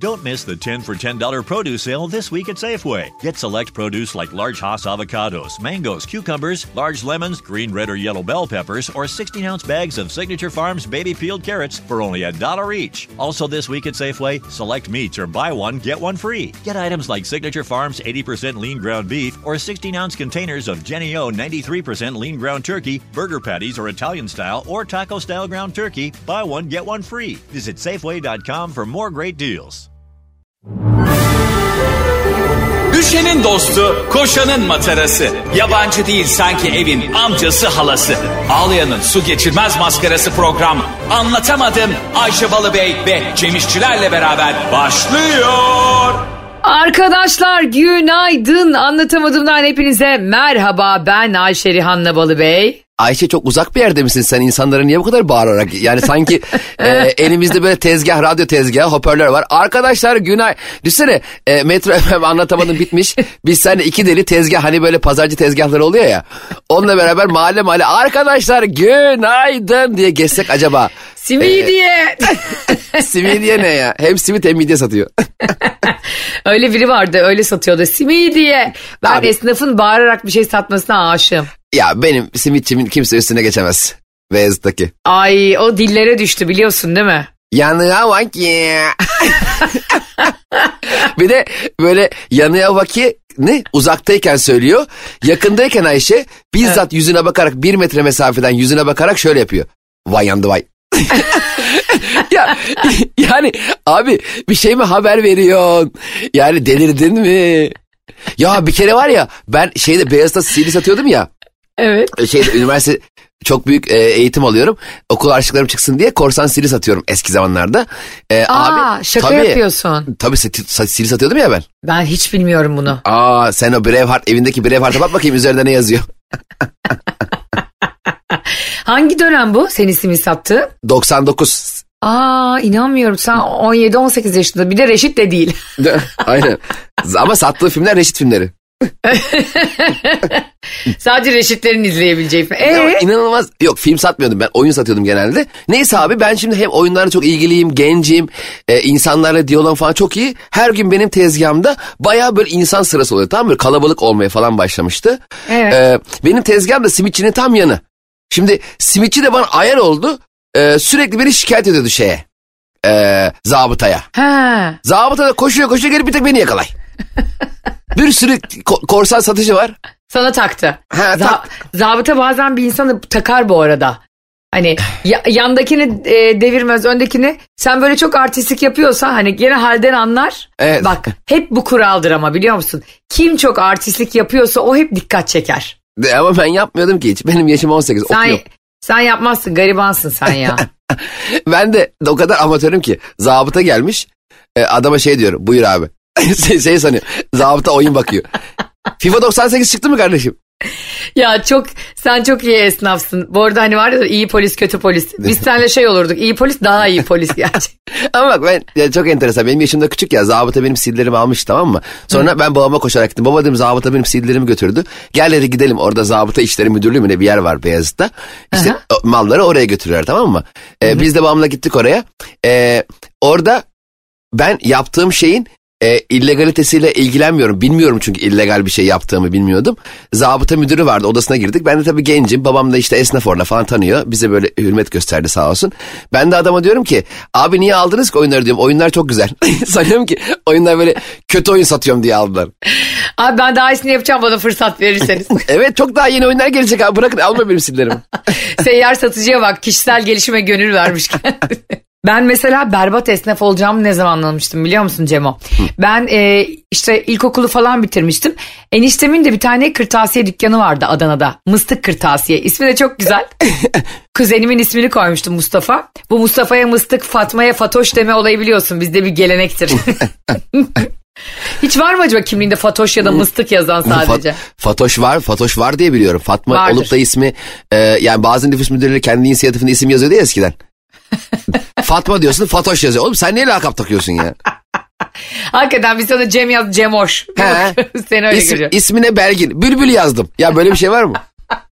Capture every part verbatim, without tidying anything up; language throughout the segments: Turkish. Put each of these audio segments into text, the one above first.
Don't miss the ten for ten dollars produce sale this week at Safeway. Get select produce like large Hass avocados, mangoes, cucumbers, large lemons, green, red, or yellow bell peppers, or sixteen-ounce bags of Signature Farms baby peeled carrots for only a dollar each. Also this week at Safeway, select meats or buy one, get one free. Get items like Signature Farms eighty percent lean ground beef or sixteen-ounce containers of Jenny O ninety-three percent lean ground turkey, burger patties or Italian-style or taco-style ground turkey. Buy one, get one free. Visit Safeway dot com for more great deals. Düşenin dostu, koşanın matarası. Yabancı değil sanki evin amcası halası. Ağlayanın su geçirmez maskarası program. Anlatamadım Ayşe Balıbey ve Cem İşçilerle beraber başlıyor. Arkadaşlar günaydın. Anlatamadığımdan hepinize merhaba. Ben Ayşe Rihanna Balıbey. Ayşe, çok uzak bir yerde misin sen? İnsanlara niye bu kadar bağırarak? Yani sanki e, elimizde böyle tezgah, radyo tezgahı, hoparlör var. Arkadaşlar günay. Düşünsene e, Metro F M Anlatamadım bitmiş. Biz seninle iki deli tezgah, hani böyle pazarcı tezgahları oluyor ya. Onunla beraber mahalle mahalle arkadaşlar günaydın diye geçsek acaba. Simidye. E, simidye ne ya? Hem simit hem midye satıyor. Öyle biri vardı, öyle satıyordu. Simidye. Ben Abi, esnafın bağırarak bir şey satmasına aşığım. Ya benim simitçimin kimse üstüne geçemez. Beyazıt'taki. Ay, o dillere düştü biliyorsun değil mi? Yanığa bak ya. Bir de böyle yanığa bak ki ne? Uzaktayken söylüyor. Yakındayken Ayşe bizzat evet. yüzüne bakarak bir metre mesafeden yüzüne bakarak şöyle yapıyor. Vay yandı vay. ya yani abi bir şey mi haber veriyorsun? Yani delirdin mi? Ya bir kere var ya, ben şeyde Beyazıt'ta C D satıyordum ya. Evet. Şeyde üniversite çok büyük e, eğitim alıyorum. Okul harçlıklarım çıksın diye korsan C D satıyorum eski zamanlarda. E, Aa, abi, şaka tabii, yapıyorsun. Tabii C D satıyordum ya ben. Ben hiç bilmiyorum bunu. Aa, sen o Braveheart, evindeki Braveheart'a bak bakayım üzerinde ne yazıyor. Hangi dönem bu senin simit sattığın? doksan dokuz. Aa, inanmıyorum, sen on yedi on sekiz yaşında, bir de Reşit de değil. Aynen. Ama sattığı filmler Reşit filmleri. Sadece Reşitlerin izleyebileceği film. Ee? İnanılmaz. Yok, film satmıyordum ben, oyun satıyordum genelde. Neyse abi, ben şimdi hem oyunlarla çok ilgiliyim, gencim, e, insanlarla diyalogum falan çok iyi. Her gün benim tezgahımda bayağı böyle insan sırası oluyor, tamam mı? Kalabalık olmaya falan başlamıştı. Evet. E, benim tezgahım da simitçinin tam yanı. Şimdi simitçi de bana ayar oldu. E, sürekli beni şikayet ediyordu şeye. E, zabıtaya. Ha. Zabıta da koşuyor koşuyor gelip bir tek beni yakalay. Bir sürü ko- korsan satıcı var. Sana taktı. Ha, Z- tak. Zabıta bazen bir insanı takar bu arada. Hani ya- yandakini e, devirmez, öndekini. Sen böyle çok artistlik yapıyorsan hani gene halden anlar. Evet. Bak, hep bu kuraldır ama, biliyor musun? Kim çok artistlik yapıyorsa o hep dikkat çeker. De, ama ben yapmıyordum ki hiç. Benim yaşım on sekiz. Sen, okuyorum. sen yapmazsın, garibansın sen ya. Ben de o kadar amatörüm ki. Zabıta gelmiş. E, adama şey diyor. Buyur abi. şey, şey sanıyor. Zabıta oyun bakıyor. FIFA doksan sekiz çıktı mı kardeşim? Ya çok, sen çok iyi esnafsın. Bu arada hani var ya, iyi polis kötü polis. Biz seninle şey olurduk. İyi polis daha iyi polis gerçekten. Ama bak ben ya, çok enteresan. Benim yaşımda küçük ya. Zabıta benim C D'lerimi almış, tamam mı? Sonra Hı. ben babama koşarak gittim. Baba dedim, zabıta benim C D'lerimi götürdü. Gel dedi gidelim. Orada zabıta işleri müdürlüğü mü ne bir yer var Beyazıt'ta. İşte Aha. malları oraya götürüyorlar, tamam mı? Ee, biz de babamla gittik oraya. Ee, orada ben yaptığım şeyin E, illegalitesiyle ilgilenmiyorum. Bilmiyorum çünkü illegal bir şey yaptığımı bilmiyordum. Zabıta müdürü vardı, odasına girdik. Ben de tabii gencim. Babam da işte esnaf orada falan tanıyor. Bize böyle hürmet gösterdi sağ olsun. Ben de adama diyorum ki abi niye aldınız ki oyunları diyorum. Oyunlar çok güzel. Sanıyorum ki oyunlar böyle kötü oyun satıyorum diye aldılar. Abi ben daha iyisini yapacağım, bana fırsat verirseniz. Evet, çok daha yeni oyunlar gelecek abi. Bırakın, alma benim sillerimi. Seyyar satıcıya bak, kişisel gelişime gönül vermiş kendine. Ben mesela berbat esnaf olacağımı ne zaman anlamıştım biliyor musun Cemo? Ben e, işte ilkokulu falan bitirmiştim. Eniştemin de bir tane kırtasiye dükkanı vardı Adana'da. Mıstık Kırtasiye. İsmi de çok güzel. Kuzenimin ismini koymuştum, Mustafa. Bu Mustafa'ya Mıstık, Fatma'ya Fatoş deme olayı biliyorsun. Bizde bir gelenektir. Hiç var mı acaba kimliğinde Fatoş ya da Mıstık yazan sadece? Fat, Fatoş var, Fatoş var diye biliyorum. Fatma Vardır. Olup da ismi, e, yani bazı nüfus müdürleri kendi inisiyatifinde isim yazıyordu ya eskiden. Fatma diyorsun, Fatoş yazıyor. Oğlum sen niye lakap takıyorsun ya? Hakikaten biz sana Cem yaz, Cemoş. Seni öyle İsim, görüyor. İsmine Belgin. Bülbül yazdım. Ya böyle bir şey var mı?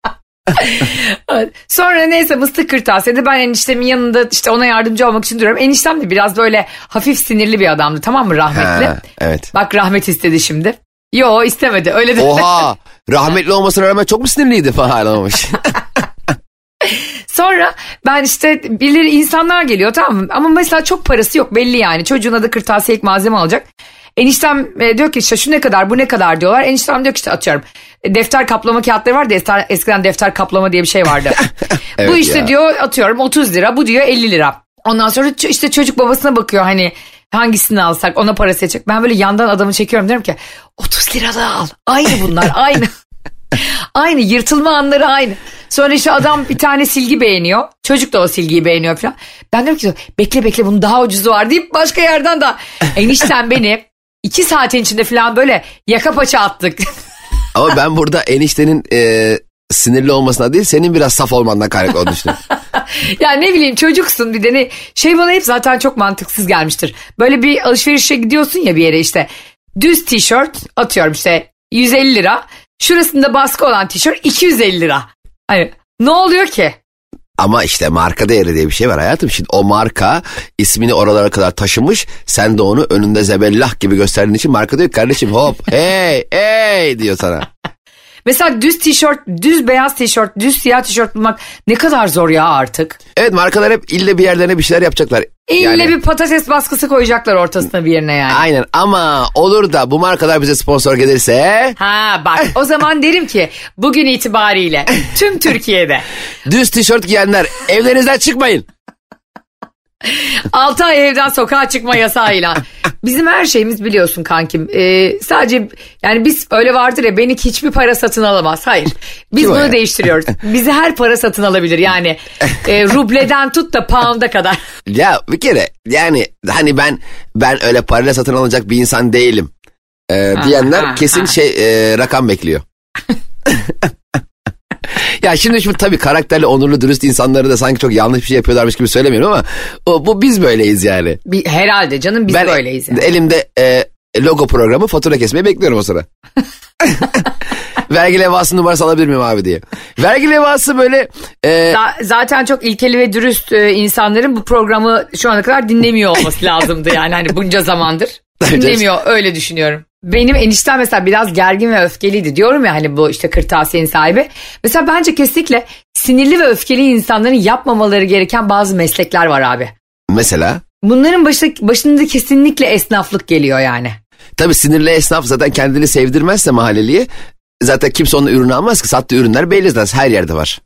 Sonra neyse mıstık kırtasiyede ben eniştemin yanında işte ona yardımcı olmak için duruyorum. Eniştem de biraz böyle hafif sinirli bir adamdı, tamam mı, rahmetli. Ha, evet. Bak rahmet istedi şimdi. Yo istemedi öyle de. Oha, rahmetli olmasına rağmen çok mu sinirliydi falan olmuş. Sonra ben işte birileri insanlar geliyor, tamam mı? Ama mesela çok parası yok belli yani. Çocuğuna da kırtasiyelik malzeme alacak. Eniştem e, diyor ki işte şu ne kadar bu ne kadar diyorlar. Eniştem diyor ki işte atıyorum e, defter kaplama kağıtları vardı. Eskiden, eskiden defter kaplama diye bir şey vardı. Evet bu işte ya. diyor atıyorum otuz lira, bu diyor elli lira. Ondan sonra işte çocuk babasına bakıyor hani hangisini alsak ona para seçecek. Ben böyle yandan adamı çekiyorum, diyorum ki otuz liralı al. Aynı bunlar aynı. Aynı yırtılma anları aynı. Sonra işte adam bir tane silgi beğeniyor. Çocuk da o silgiyi beğeniyor falan. Ben diyorum ki bekle bekle bunun daha ucuzu var deyip başka yerden da enişten beni iki saatin içinde falan böyle yaka paça attık. Ama ben burada eniştenin e, sinirli olmasına değil, senin biraz saf olmandan kaynaklı olduğunu düşünüyorum. Ya ne bileyim çocuksun bir de ne şey, bana hep zaten çok mantıksız gelmiştir. Böyle bir alışverişe gidiyorsun ya bir yere, işte düz tişört atıyorum işte yüz elli lira. Şurasında baskı olan tişört iki yüz elli lira. Hani ne oluyor ki? Ama işte marka değeri diye bir şey var hayatım. Şimdi o marka ismini oralara kadar taşımış. Sen de onu önünde zebellah gibi gösterdiğin için marka diyor kardeşim hop hey hey diyor sana. Mesela düz tişört, düz beyaz tişört, düz siyah tişört bulmak ne kadar zor ya artık. Evet, markalar hep ille bir yerlerine bir şeyler yapacaklar. İlle yani, bir patates baskısı koyacaklar ortasına bir yerine yani. Aynen, ama olur da bu markalar bize sponsor gelirse. Ha bak o zaman derim ki bugün itibariyle tüm Türkiye'de Düz tişört giyenler evlerinizden çıkmayın. altı ay evden sokağa çıkma yasağıyla. Bizim her şeyimiz biliyorsun kankim. Ee, sadece yani biz öyle vardır ya, beni hiçbir para satın alamaz. Hayır. Biz Kim o bunu ya? değiştiriyoruz. Bizi her para satın alabilir. Yani e, rubleden tut da pound'a kadar. Ya bir kere yani hani ben ben öyle parayla satın alınacak bir insan değilim ee, diyenler ha, kesin ha. şey e, rakam bekliyor. Ya şimdi şimdi tabii karakterli, onurlu, dürüst insanları da sanki çok yanlış bir şey yapıyorlarmış gibi söylemiyorum ama o, bu biz böyleyiz yani. Bir, herhalde canım biz ben böyleyiz yani. Elimde e, logo programı, fatura kesmeyi bekliyorum o sıra. Vergi levhası numarası alabilir miyim abi diye. Vergi levhası böyle... E, Z- zaten çok ilkeli ve dürüst e, insanların bu programı şu ana kadar dinlemiyor olması lazımdı yani hani bunca zamandır. Dinlemiyor, öyle düşünüyorum. Benim eniştem mesela biraz gergin ve öfkeliydi. Diyorum ya hani bu işte kırtasiyenin sahibi. Mesela bence kesinlikle sinirli ve öfkeli insanların yapmamaları gereken bazı meslekler var abi. Mesela? Bunların başı, başında kesinlikle esnaflık geliyor yani. Tabii sinirli esnaf zaten kendini sevdirmezse mahalleliye zaten kimse onun ürünü almaz ki. Sattığı ürünler belli zaten, her yerde var.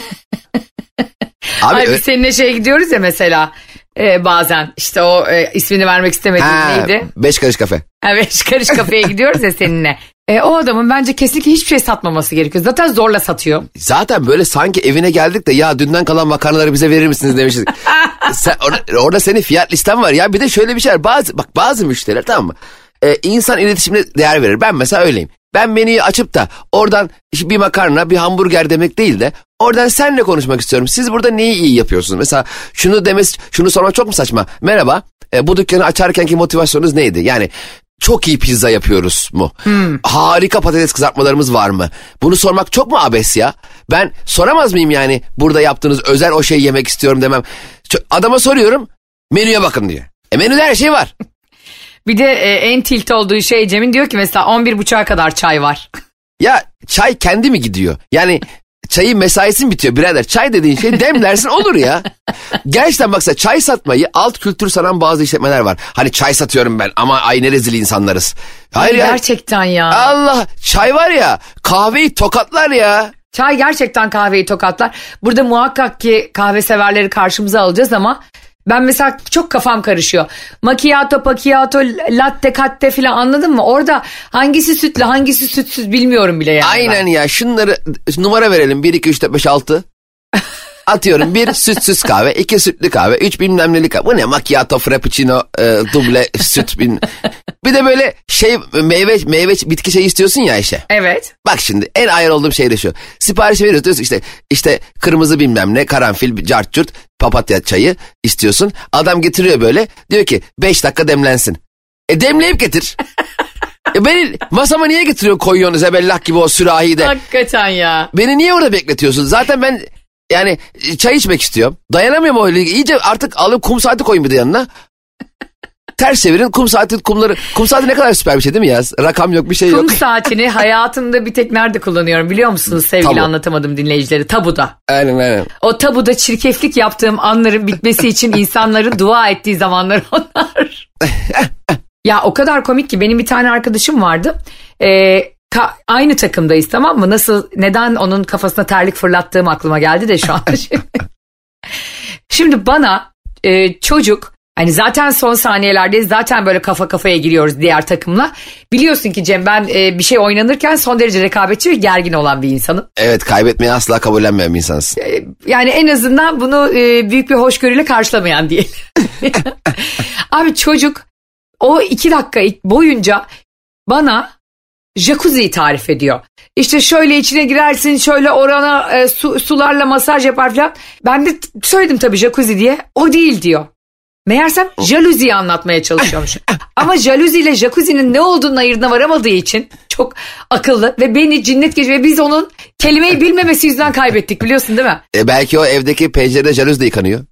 Abi, Ay, ö- biz seninle şeye gidiyoruz ya mesela e, bazen işte o e, ismini vermek istemediğim ha, neydi? Beş karış kafe. Evet, karış kafeye gidiyoruz ya seninle. E, o adamın bence kesinlikle hiçbir şey satmaması gerekiyor. Zaten zorla satıyor. Zaten böyle sanki evine geldik de ya dünden kalan makarnaları bize verir misiniz demişiz. Sen, orada, orada senin fiyat listen var ya, bir de şöyle bir şey var. Bazı, bak bazı müşteriler, tamam mı? Ee, insan iletişimine değer verir. Ben mesela öyleyim. Ben menüyü açıp da oradan bir makarna bir hamburger demek değil de oradan seninle konuşmak istiyorum. Siz burada neyi iyi yapıyorsunuz? Mesela şunu demesi, şunu sormak çok mu saçma? Merhaba, e, bu dükkanı açarkenki motivasyonunuz neydi? Yani çok iyi pizza yapıyoruz mu? Hmm. Harika patates kızartmalarımız var mı? Bunu sormak çok mu abes ya? Ben soramaz mıyım yani, burada yaptığınız özel o şeyi yemek istiyorum demem. Adama soruyorum, menüye bakın diyor. E menüde her şey var. Bir de e, en tilt olduğu şey Cem'in diyor ki mesela on bir buçuğa kadar çay var. Ya çay kendi mi gidiyor? Yani çayın mesaisi mi bitiyor birader? Çay dediğin şey demlersin olur ya. Gerçekten baksana, çay satmayı alt kültür sanan bazı işletmeler var. Hani çay satıyorum ben ama ay ne rezil insanlarız. Hayır ya. Gerçekten ya. Allah, çay var ya, kahveyi tokatlar ya. Çay gerçekten kahveyi tokatlar. Burada muhakkak ki kahve severleri karşımıza alacağız ama ben mesela çok kafam karışıyor. Macchiato, pacchiato, latte, katte filan, anladın mı? Orada hangisi sütlü hangisi sütsüz bilmiyorum bile yani. Aynen ben. Ya şunları numara verelim, bir iki üç dört beş altı. Atıyorum, bir sütsüz kahve, iki sütlü kahve, üç bilmem neli kahve. Bu ne? Macchiato, frappuccino, e, duble, süt. Bin... Bir de böyle şey meyve meyve bitki şeyi istiyorsun ya Ayşe. Evet. Bak şimdi en ayar olduğum şey de şu. Sipariş veriyorsun, diyorsun işte işte kırmızı bilmem ne, karanfil, cart curt, papatya çayı istiyorsun. Adam getiriyor böyle, diyor ki beş dakika demlensin. E demleyip getir. E beni masama niye getiriyorsun, koyuyorsun zebellah gibi o sürahiyi de? Hakikaten ya. Beni niye orada bekletiyorsun? Zaten ben yani çay içmek istiyorum. Dayanamıyorum öyle. İyice artık alıp kum saati koyun bir de yanına. Ters çevirin, kum saati kumları. Kum saati ne kadar süper bir şey değil mi ya? Rakam yok, bir şey yok. Kum saatini hayatımda bir tek nerede kullanıyorum biliyor musunuz sevgili Tabu. Anlatamadım dinleyicileri? Tabuda. Aynen aynen. O tabuda çirkeflik yaptığım anların bitmesi için insanların dua ettiği zamanlar onlar. Ya o kadar komik ki benim bir tane arkadaşım vardı. Ee, ta, aynı takımdayız, tamam mı? Nasıl, neden onun kafasına terlik fırlattığım aklıma geldi de şu an. Şimdi bana e, çocuk, hani zaten son saniyelerdeyiz, zaten böyle kafa kafaya giriyoruz diğer takımla. Biliyorsun ki Cem, ben e, bir şey oynanırken son derece rekabetçi ve gergin olan bir insanım. Evet, kaybetmeyi asla kabullenmeyen bir insansın. E, yani en azından bunu e, büyük bir hoşgörüyle karşılamayan diyelim. Abi çocuk o iki dakika boyunca bana jacuzziyi tarif ediyor. İşte şöyle içine girersin, şöyle orana e, su, sularla masaj yapar falan. Ben de söyledim tabii jacuzzi diye. O değil diyor. Meğersem jaluziyi anlatmaya çalışıyormuş. Ama jaluzi ile jacuzzi'nin ne olduğunu ayırdına varamadığı için çok akıllı ve beni cinnet geçiyor. Ve biz onun kelimeyi bilmemesi yüzünden kaybettik, biliyorsun değil mi? E belki o evdeki pencerede jaluzi de yıkanıyor.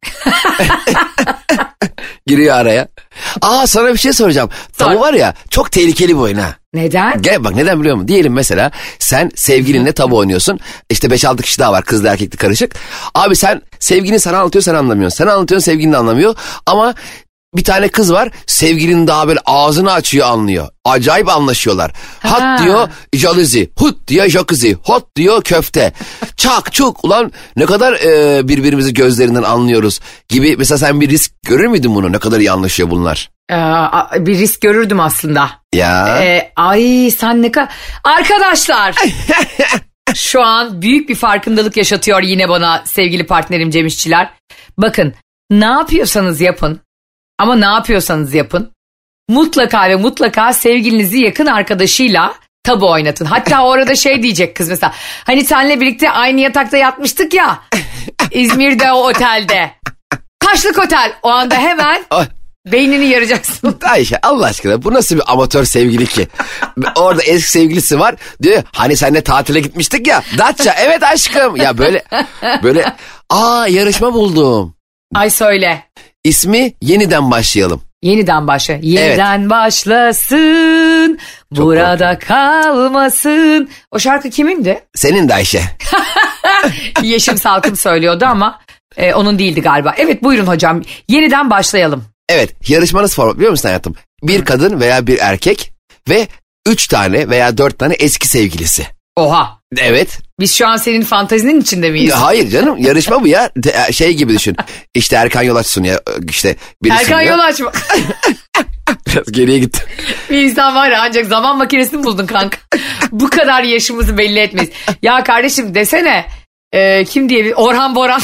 Giriyor araya. Aa, sana bir şey soracağım. Tabu var ya, çok tehlikeli bir oyun ha. Neden? Gel bak, neden biliyor musun? Diyelim mesela sen sevgilinle tabu oynuyorsun. İşte beş altı kişi daha var, kızlı erkekli karışık. Abi sen sevgilin sana anlatıyor, sen anlamıyorsun. Sen anlatıyorsun, sevgilin de anlamıyor. Ama bir tane kız var, sevgilinin daha böyle ağzını açıyor, anlıyor. Acayip anlaşıyorlar. Hat Ha. diyor jaluzi, hut diyor jacuzzi, hot diyor köfte. Çak çuk, ulan ne kadar e, birbirimizi gözlerinden anlıyoruz gibi. Mesela sen bir risk görür müydün bunu? Ne kadar iyi anlaşıyor bunlar. Ee, bir risk görürdüm aslında. Ya. Ee, ay sen ne kadar... Arkadaşlar şu an büyük bir farkındalık yaşatıyor yine bana sevgili partnerim Cem İşçiler. Bakın, ne yapıyorsanız yapın ama ne yapıyorsanız yapın, mutlaka ve mutlaka sevgilinizi yakın arkadaşıyla tabu oynatın. Hatta orada şey diyecek kız mesela, hani seninle birlikte aynı yatakta yatmıştık ya İzmir'de o otelde, taşlık otel, o anda hemen beynini yaracaksın. Ayşe, Allah aşkına bu nasıl bir amatör sevgili ki? Orada eski sevgilisi var, diyor hani seninle tatile gitmiştik ya Datça, evet aşkım. Ya böyle böyle aa, yarışma buldum. Ay söyle. İsmi Yeniden Başlayalım. Yeniden başla. Yeniden evet. Başlasın. Çok burada korkunç. Kalmasın. O şarkı kimindi? Senin de Ayşe. Yeşim Salkım söylüyordu ama e, onun değildi galiba. Evet, buyurun hocam. Yeniden başlayalım. Evet, yarışmanız format biliyor musun hayatım? Bir kadın veya bir erkek ve üç tane veya dört tane eski sevgilisi. Oha. Evet. Biz şu an senin fantezinin içinde miyiz? Hayır canım, yarışma bu ya. Şey gibi düşün. İşte Erkan Yolaç sunuyor. İşte biri Erkan sunuyor. Yolaç mı? Biraz geriye gittim. Bir insan var ya, ancak zaman makinesini buldun kanka. Bu kadar yaşımızı belli etmeyiz. Ya kardeşim desene. E, kim diye bir Orhan Boran.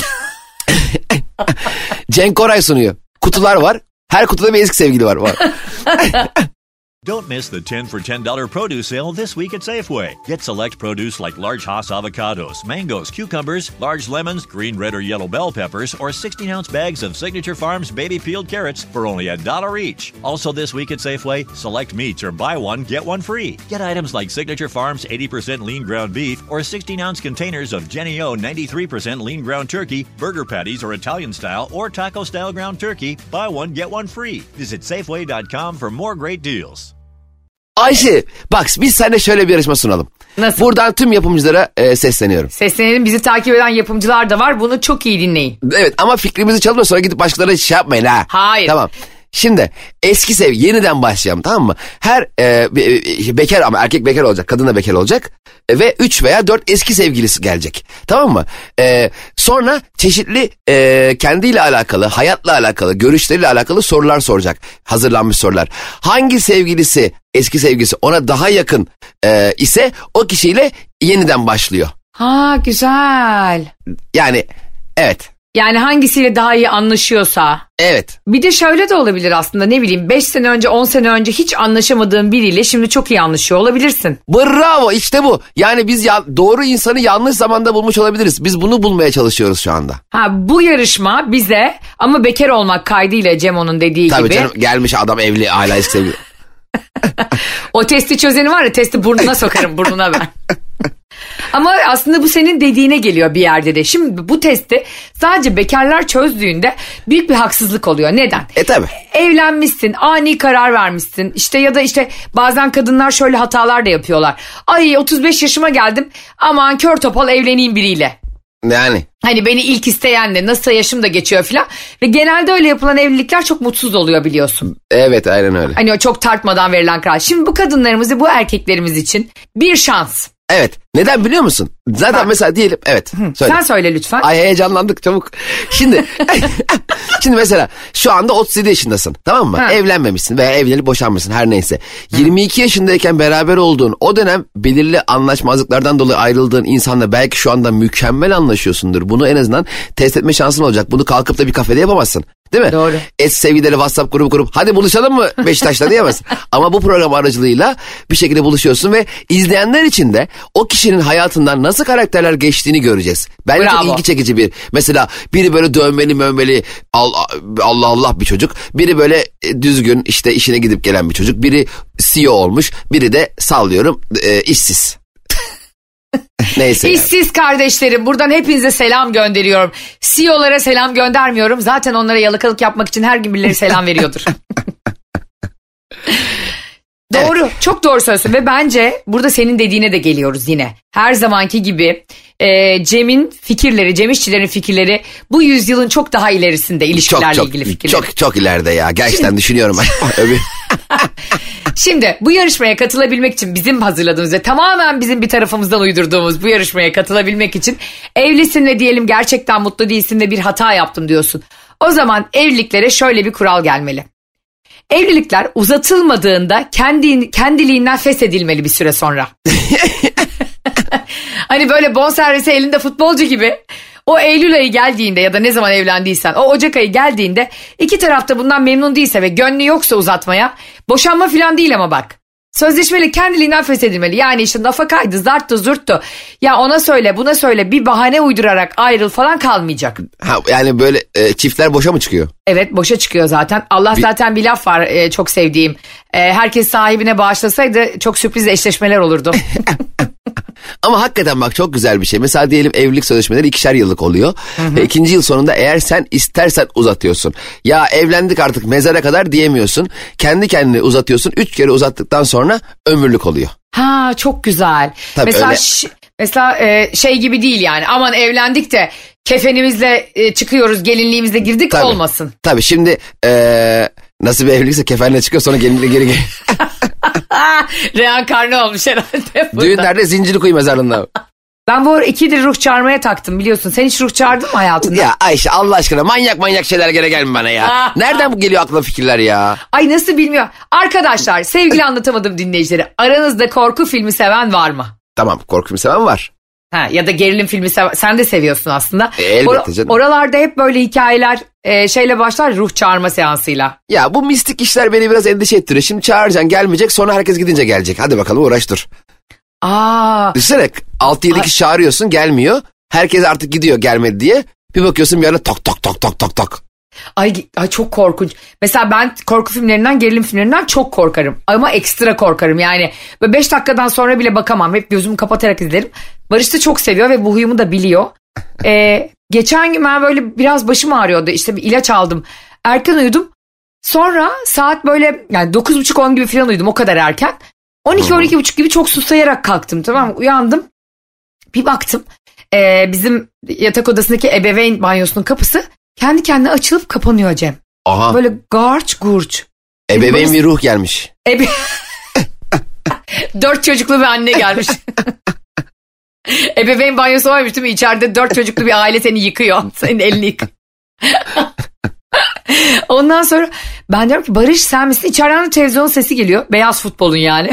Cenk Koray sunuyor. Kutular var. Her kutuda bir eski sevgili var. var. Don't miss the ten for ten dollars produce sale this week at Safeway. Get select produce like large Hass avocados, mangoes, cucumbers, large lemons, green, red, or yellow bell peppers, or sixteen ounce bags of Signature Farms baby peeled carrots for only a dollar each. Also this week at Safeway, select meats or buy one, get one free. Get items like Signature Farms eighty percent lean ground beef or sixteen ounce containers of Jenny O ninety-three percent lean ground turkey, burger patties or Italian style or taco style ground turkey. Buy one, get one free. Visit Safeway dot com for more great deals. Ayşe, bak biz seninle şöyle bir yarışma sunalım. Nasıl? Buradan tüm yapımcılara e, sesleniyorum. Seslenelim, bizi takip eden yapımcılar da var. Bunu çok iyi dinleyin. Evet, ama fikrimizi çalma, sonra gidip başkalarına şey yapmayın ha. Hayır. Tamam. Şimdi eski sevgi, yeniden başlayalım, tamam mı? Her e, be, bekar, ama erkek bekar olacak, kadın da bekar olacak. E, ve üç veya dört eski sevgilisi gelecek. Tamam mı? E, sonra çeşitli e, kendiyle alakalı, hayatla alakalı, görüşleriyle alakalı sorular soracak. Hazırlanmış sorular. Hangi sevgilisi, eski sevgilisi ona daha yakın e, ise o kişiyle yeniden başlıyor. Ha, güzel. Yani evet. Yani hangisiyle daha iyi anlaşıyorsa. Evet. Bir de şöyle de olabilir aslında, ne bileyim, beş sene önce on sene önce hiç anlaşamadığın biriyle şimdi çok iyi anlaşıyor olabilirsin. Bravo, işte bu. Yani biz ya, doğru insanı yanlış zamanda bulmuş olabiliriz. Biz bunu bulmaya çalışıyoruz şu anda. Ha, bu yarışma bize ama bekar olmak kaydıyla Cemo'nun dediği Tabii gibi. Tabii canım, gelmiş adam evli, hala eski sevgili. O testi çözeni var ya, testi burnuna sokarım, burnuna ben. Ama aslında bu senin dediğine geliyor bir yerde de. Şimdi bu testi sadece bekarlar çözdüğünde büyük bir haksızlık oluyor. Neden? E tabi. Evlenmişsin, ani karar vermişsin. İşte ya da işte bazen kadınlar şöyle hatalar da yapıyorlar. Ay otuz beş yaşıma geldim, aman kör topal evleneyim biriyle. Yani. Hani beni ilk isteyenle nasıl yaşım da geçiyor filan. Ve genelde öyle yapılan evlilikler çok mutsuz oluyor biliyorsun. Evet, aynen öyle. Hani o çok tartmadan verilen karar. Şimdi bu kadınlarımızı, bu erkeklerimiz için bir şans. Evet. Neden biliyor musun? Zaten Bak. Mesela diyelim, evet. Söyle. Sen söyle lütfen. Ay heyecanlandık çabuk. Şimdi şimdi mesela şu anda otuz yedi yaşındasın, tamam mı? Ha. Evlenmemişsin veya evlenip boşanmışsın, her neyse. Hı. yirmi iki yaşındayken beraber olduğun, o dönem belirli anlaşmazlıklardan dolayı ayrıldığın insanla belki şu anda mükemmel anlaşıyorsundur. Bunu en azından test etme şansın olacak. Bunu kalkıp da bir kafede yapamazsın. Değil mi? Doğru. Eski sevgilileri WhatsApp grubu kurup hadi buluşalım mı Beşiktaş'ta diyemezsin. Ama bu program aracılığıyla bir şekilde buluşuyorsun ve izleyenler için de o kişinin hayatından nasıl karakterler geçtiğini göreceğiz. Bence Bravo. çok ilgi çekici bir. Mesela biri böyle dövmeli mövmeli Allah Allah, Allah bir çocuk. Biri böyle düzgün işte işine gidip gelen bir çocuk. Biri C E O olmuş. Biri de sallıyorum e, işsiz. Neyse. İşsiz yani. Kardeşlerim, buradan hepinize selam gönderiyorum. C E O'lara selam göndermiyorum. Zaten onlara yalakalık yapmak için her gün birileri selam veriyordur. Doğru. Evet. Çok doğru söylüyorsun ve bence burada senin dediğine de geliyoruz yine. Her zamanki gibi e, Cem'in fikirleri, Cem İşçilerin fikirleri bu yüzyılın çok daha ilerisinde, ilişkilerle çok, çok, ilgili fikirleri. Çok çok ileride ya. Gerçekten Şimdi... düşünüyorum ben. Şimdi bu yarışmaya katılabilmek için bizim hazırladığımız ve tamamen bizim bir tarafımızdan uydurduğumuz bu yarışmaya katılabilmek için evlisin ve diyelim gerçekten mutlu değilsin ve bir hata yaptım diyorsun. O zaman evliliklere şöyle bir kural gelmeli. Evlilikler uzatılmadığında kendi, kendiliğinden feshedilmeli bir süre sonra. Hani böyle bonservisi elinde futbolcu gibi. O Eylül ayı geldiğinde ya da ne zaman evlendiysen o Ocak ayı geldiğinde iki tarafta bundan memnun değilse ve gönlü yoksa uzatmaya, boşanma falan değil ama bak. Sözleşmeli kendiliğinden feshedilmeli. Yani işte nafakaydı, zarttı, zurttu. Ya ona söyle, buna söyle, bir bahane uydurarak ayrıl falan kalmayacak. Ha, yani böyle e, çiftler boşa mı çıkıyor? Evet, boşa çıkıyor zaten. Allah bir... zaten bir laf var e, çok sevdiğim. E, herkes sahibine bağışlasaydı çok sürpriz eşleşmeler olurdu. Ama hakikaten bak çok güzel bir şey. Mesela diyelim evlilik sözleşmeleri ikişer yıllık oluyor. Hı hı. Ve ikinci yıl sonunda eğer sen istersen uzatıyorsun. Ya evlendik artık mezara kadar diyemiyorsun. Kendi kendine uzatıyorsun. Üç kere uzattıktan sonra ömürlük oluyor. Ha, çok güzel. Tabii mesela öyle. ş- mesela e, şey gibi değil yani. Aman evlendik de kefenimizle e, çıkıyoruz, gelinliğimizle girdik tabii, olmasın. Tabii şimdi e, nasıl bir evlilikse kefenle çıkıyor sonra gelinliğe geri geri. Reenkarne olmuş herhalde. Düğünlerde Zincirlikuyu mezarlığında. Ben bu ara ikidir ruh çağırmaya taktım biliyorsun. Sen hiç ruh çağırdın mı hayatında? Ya Ayşe Allah aşkına manyak manyak şeyler gene gelme bana ya. Nereden bu geliyor aklına fikirler ya? Ay nasıl bilmiyor. Arkadaşlar, sevgili anlatamadım dinleyicileri. Aranızda korku filmi seven var mı? Tamam, korku filmi seven var. Ha, ya da gerilim filmi seven, sen de seviyorsun aslında. E, elbette canım. Or- oralarda hep böyle hikayeler e, şeyle başlar, ruh çağırma seansıyla. Ya bu mistik işler beni biraz endişe ettiriyor. Şimdi çağıracaksın gelmeyecek, sonra herkes gidince gelecek. Hadi bakalım uğraş dur. Aa. Düşünsene altı yedi kişi çağırıyorsun gelmiyor. Herkes artık gidiyor gelmedi diye. Bir bakıyorsun bir anda tok tok tok tok tok tok. Ay, ay çok korkunç. Mesela ben korku filmlerinden, gerilim filmlerinden çok korkarım. Ama ekstra korkarım yani. Böyle beş dakikadan sonra bile bakamam. Hep gözümü kapatarak izlerim. Barış da çok seviyor ve bu huyumu da biliyor. Ee, geçen gün ben böyle biraz başım ağrıyordu. İşte bir ilaç aldım. Erken uyudum. Sonra saat böyle yani dokuz buçuk on gibi falan uyudum, o kadar erken. on iki on iki buçuk gibi çok susayarak kalktım, tamam mı? Uyandım. Bir baktım. Ee, bizim yatak odasındaki ebeveyn banyosunun kapısı kendi kendine açılıp kapanıyor Cem. Aha. Böyle garç gurç. Ebeveyn bir ruh gelmiş. Ebe... Dört çocuklu bir anne gelmiş. Ebeveyn banyosu varmış değil mi? İçeride dört çocuklu bir aile seni yıkıyor. Senin elini yıkıyor. Ondan sonra ben diyorum ki Barış sen misin? İçeriden de televizyonun sesi geliyor. Beyaz futbolun yani.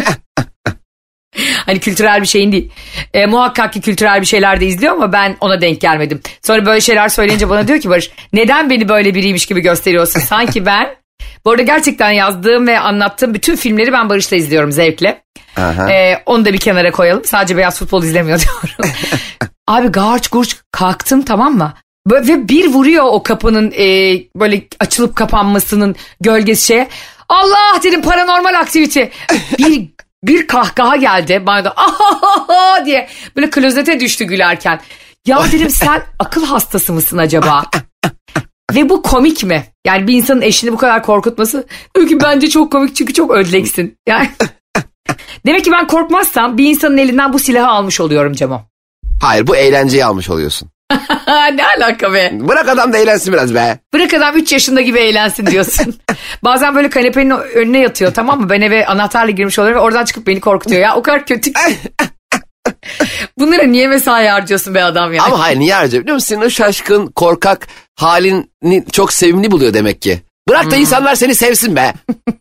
Hani kültürel bir şeyin değil. E, muhakkak ki kültürel bir şeyler de izliyor ama ben ona denk gelmedim. Sonra böyle şeyler söyleyince bana diyor ki Barış neden beni böyle biriymiş gibi gösteriyorsun? Sanki ben, bu arada gerçekten yazdığım ve anlattığım bütün filmleri ben Barış'la izliyorum zevkle. E, onu da bir kenara koyalım. Sadece beyaz futbol izlemiyor diyorum. Abi garç gurç kalktım, tamam mı? Ve bir vuruyor o kapının e, böyle açılıp kapanmasının gölgesi şeye. Allah dedim, paranormal aktivite. Bir bir kahkaha geldi bana da ahahaha diye böyle klozete düştü gülerken. Ya dedim sen akıl hastası mısın acaba? Ve bu komik mi? Yani bir insanın eşini bu kadar korkutması çünkü bence çok komik çünkü çok ödleksin. Yani demek ki ben korkmazsam bir insanın elinden bu silahı almış oluyorum Cemo. Hayır, bu eğlenceyi almış oluyorsun. Ne alaka be? Bırak adam da eğlensin biraz be. Bırak adam üç yaşında gibi eğlensin diyorsun. Bazen böyle kanepenin önüne yatıyor, tamam mı? Ben eve anahtarla girmiş oluyorum ve oradan çıkıp beni korkutuyor. Ya o kadar kötü. Bunlara niye mesai harcıyorsun be adam yani? Ama hayır, niye harcıyor biliyor musun? Senin o şaşkın, korkak halini çok sevimli buluyor demek ki. Bırak da hmm. insanlar seni sevsin be.